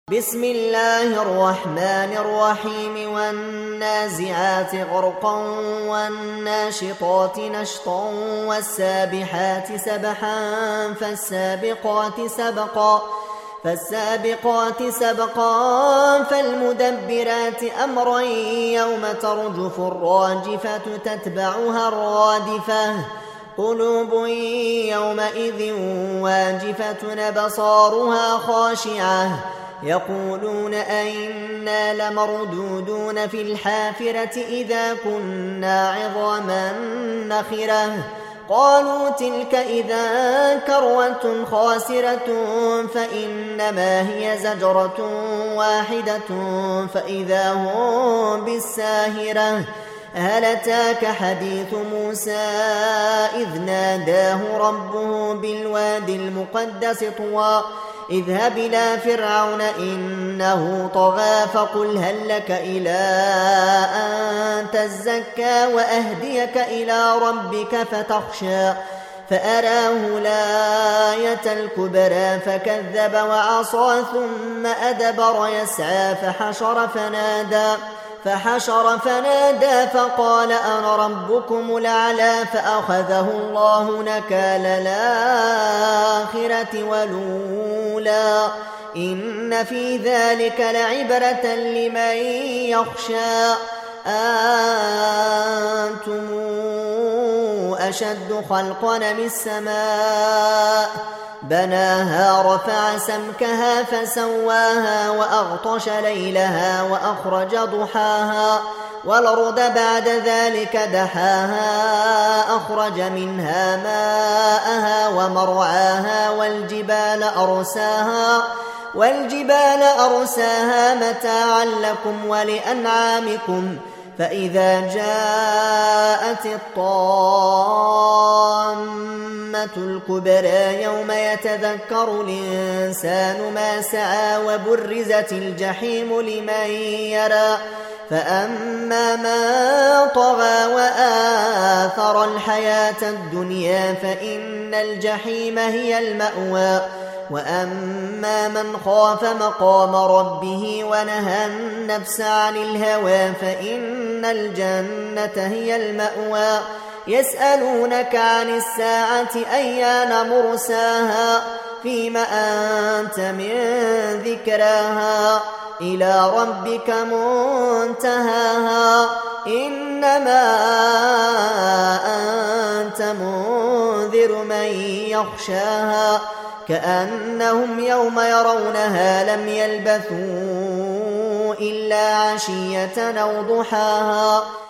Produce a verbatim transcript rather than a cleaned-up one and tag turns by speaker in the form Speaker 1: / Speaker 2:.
Speaker 1: بسم الله الرحمن الرحيم والنازعات غرقا والناشطات نشطا والسابحات سبحا فالسابقات سبقا فالسابقات سبقا فالمدبرات أمرا يوم ترجف الراجفة تتبعها الرادفة قلوب يومئذ واجفة أبصارها خاشعة يقولون أئنا لمردودون في الحافرة إذا كنا عظاما نخرة قالوا تلك إذا كروة خاسرة فإنما هي زجرة واحدة فإذا هم بالساهرة هل أتاك حديث موسى إذ ناداه ربه بالوادي المقدس طوى اذهب إلى فرعون إنه طغى فقل هل لك إلى أن تزكى وأهديك إلى ربك فتخشى فأراه الآية الكبرى فكذب وعصى ثم أدبر يسعى فحشر فنادى فحشر فنادى فقال أنا ربكم الأعلى فأخذه الله نكال الآخرة والأولى إن في ذلك لعبرة لمن يخشى أنتم أشد خلقا من السماء بناها رفع سمكها فسواها وأغطش ليلها وأخرج ضحاها والأرض بعد ذلك دحاها أخرج منها ماءها ومرعاها والجبال أرساها والجبال أرساها متاعا لكم ولأنعامكم فإذا جاءت الطامة الكبرى يوم يتذكر الإنسان ما سعى وبرزت الجحيم لمن يرى فأما من طغى وآثر الحياة الدنيا فإن الجحيم هي المأوى وأما من خاف مقام ربه ونهى النفس عن الهوى فإن الجنة هي المأوى يسألونك عن الساعة أيان مرساها فيم أنت من ذكراها إلى ربك منتهاها إنما أنت منذر من يخشاها كأنهم يوم يرونها لم يلبثوا إلا عشية أو ضحاها